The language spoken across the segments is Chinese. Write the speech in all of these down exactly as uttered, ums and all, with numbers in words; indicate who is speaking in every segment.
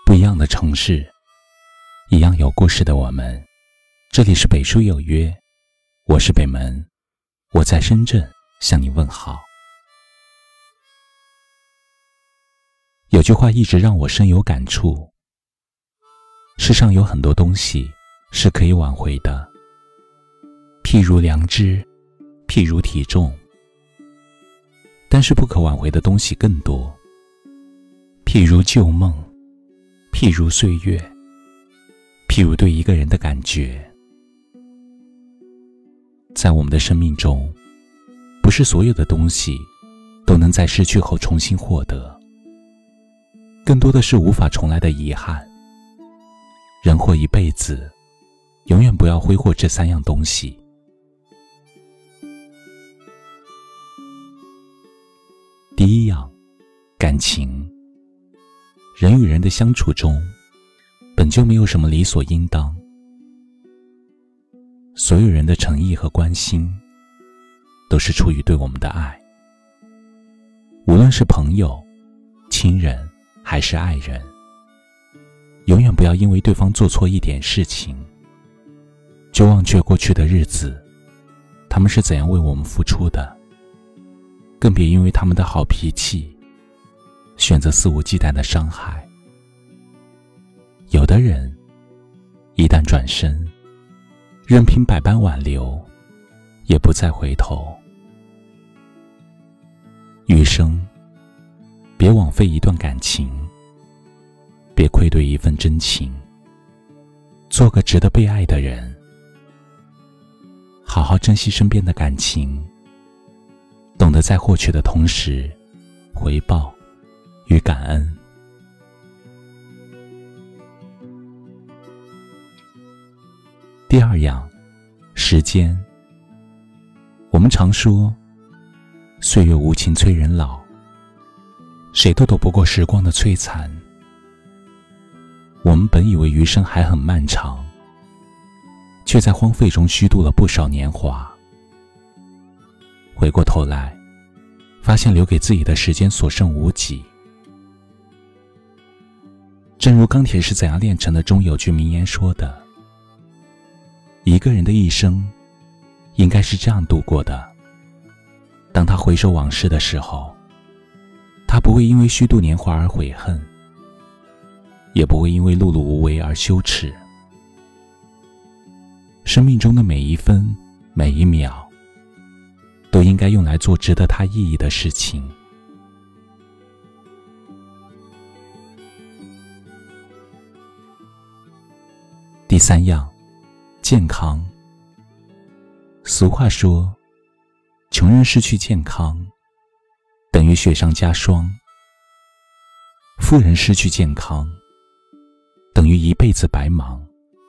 Speaker 1: 不一样的城市，一样有故事的我们。这里是北书有约，我是北门，我在深圳向你问好。有句话一直让我深有感触，世上有很多东西是可以挽回的，譬如良知，譬如体重，但是不可挽回的东西更多，譬如旧梦，譬如岁月，譬如对一个人的感觉。在我们的生命中，不是所有的东西都能在失去后重新获得，更多的是无法重来的遗憾。人活一辈子，永远不要挥霍这三样东西。第一样，感情。人与人的相处中，本就没有什么理所应当。所有人的诚意和关心，都是出于对我们的爱。无论是朋友、亲人还是爱人，永远不要因为对方做错一点事情，就忘却过去的日子，他们是怎样为我们付出的。更别因为他们的好脾气，选择肆无忌惮的伤害。有的人一旦转身，任凭百般挽留，也不再回头。余生别枉费一段感情，别愧对一份真情，做个值得被爱的人，好好珍惜身边的感情，懂得在获取的同时回报与感恩。第二样，时间。我们常说岁月无情催人老，谁都躲不过时光的摧残。我们本以为余生还很漫长，却在荒废中虚度了不少年华。回过头来，发现留给自己的时间所剩无几。正如钢铁是怎样炼成的中有句名言说的，一个人的一生应该是这样度过的，当他回首往事的时候，他不会因为虚度年华而悔恨，也不会因为碌碌无为而羞耻。生命中的每一分每一秒，都应该用来做值得他意义的事情。第三样，健康。俗话说，穷人失去健康，等于雪上加霜；富人失去健康，等于一辈子白忙。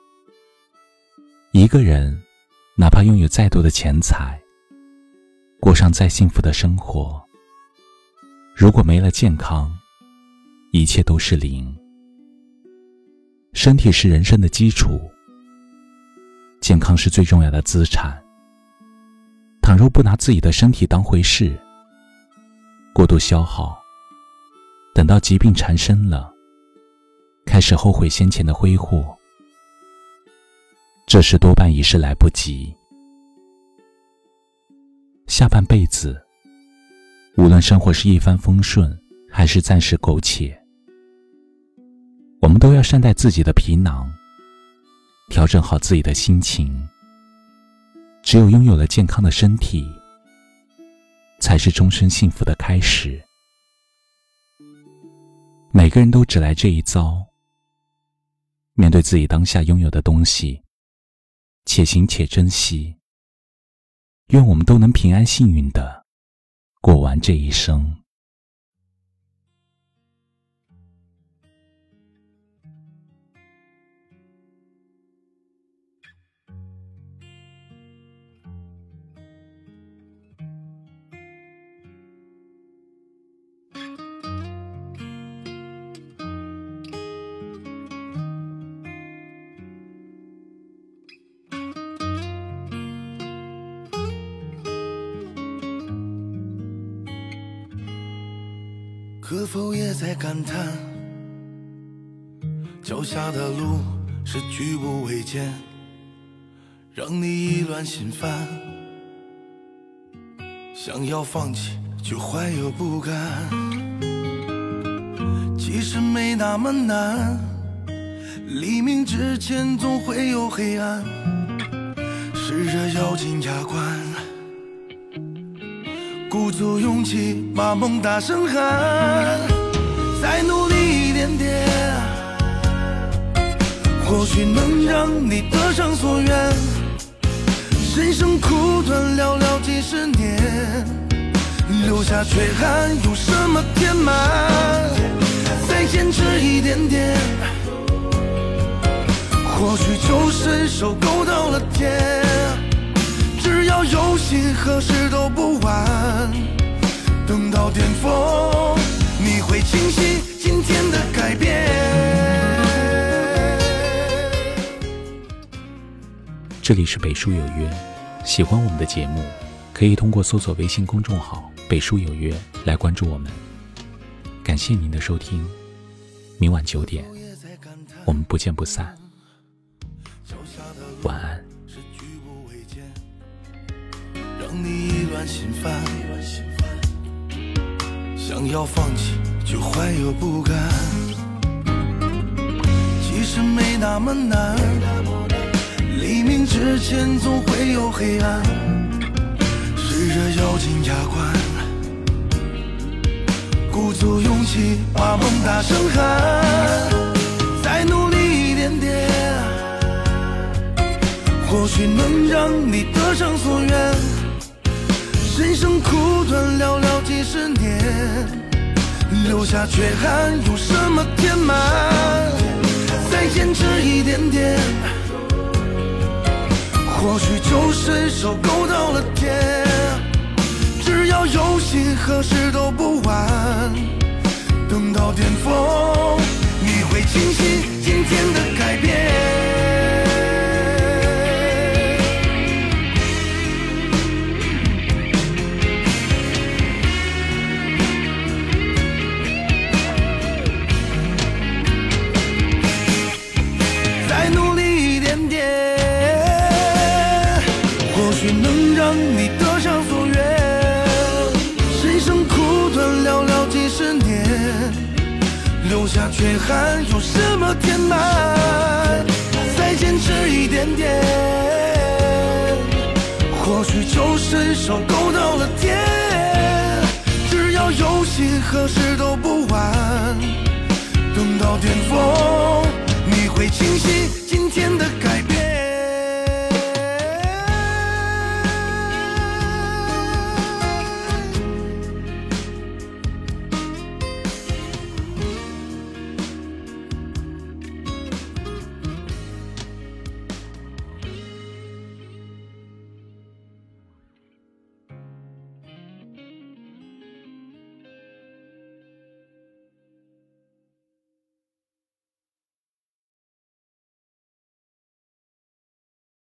Speaker 1: 一个人，哪怕拥有再多的钱财，过上再幸福的生活，如果没了健康，一切都是零。身体是人生的基础，健康是最重要的资产。倘若不拿自己的身体当回事，过度消耗，等到疾病缠身了，开始后悔先前的挥霍，这时多半已是来不及。下半辈子，无论生活是一帆风顺，还是暂时苟且，我们都要善待自己的皮囊，调整好自己的心情。只有拥有了健康的身体，才是终身幸福的开始。每个人都只来这一遭，面对自己当下拥有的东西，且行且珍惜。愿我们都能平安幸运地过完这一生。
Speaker 2: 可否也在感叹， 脚下的路是举步维艰，让你意乱心烦，想要放弃却怀有不甘。其实没那么难，黎明之前总会有黑暗，试着咬紧牙关，鼓足勇气把梦大声喊，再努力一点点，或许能让你得偿所愿。人生苦短寥寥几十年，留下缺憾有什么填满？再坚持一点点，或许就伸手够到了天。只要有心，何时都不晚。等到巅峰，你会清晰今天的改变。
Speaker 1: 这里是北书有约，喜欢我们的节目，可以通过搜索微信公众号北书有约来关注我们。感谢您的收听，明晚九点我们不见不散，晚安。
Speaker 2: 让你意乱心烦，想要放弃却怀有不甘，其实没那么难，黎明之前总会有黑暗，试着咬紧牙关，鼓足勇气把梦大声喊，再努力一点点，或许能让你得偿所愿。人生苦短寥寥几十年，留下缺憾有什么填满？再坚持一点点，或许就伸手够到了天。只要有心，何时都不晚。等到巅峰，你会清晰今天的改变。再努力一点点，或许能让你得偿所愿。人生苦短寥寥几十年，留下缺憾有什么填满？再坚持一点点，或许就伸手够到了天。只要有心，何时都不晚。等到巅峰，你会清晰今天的改变。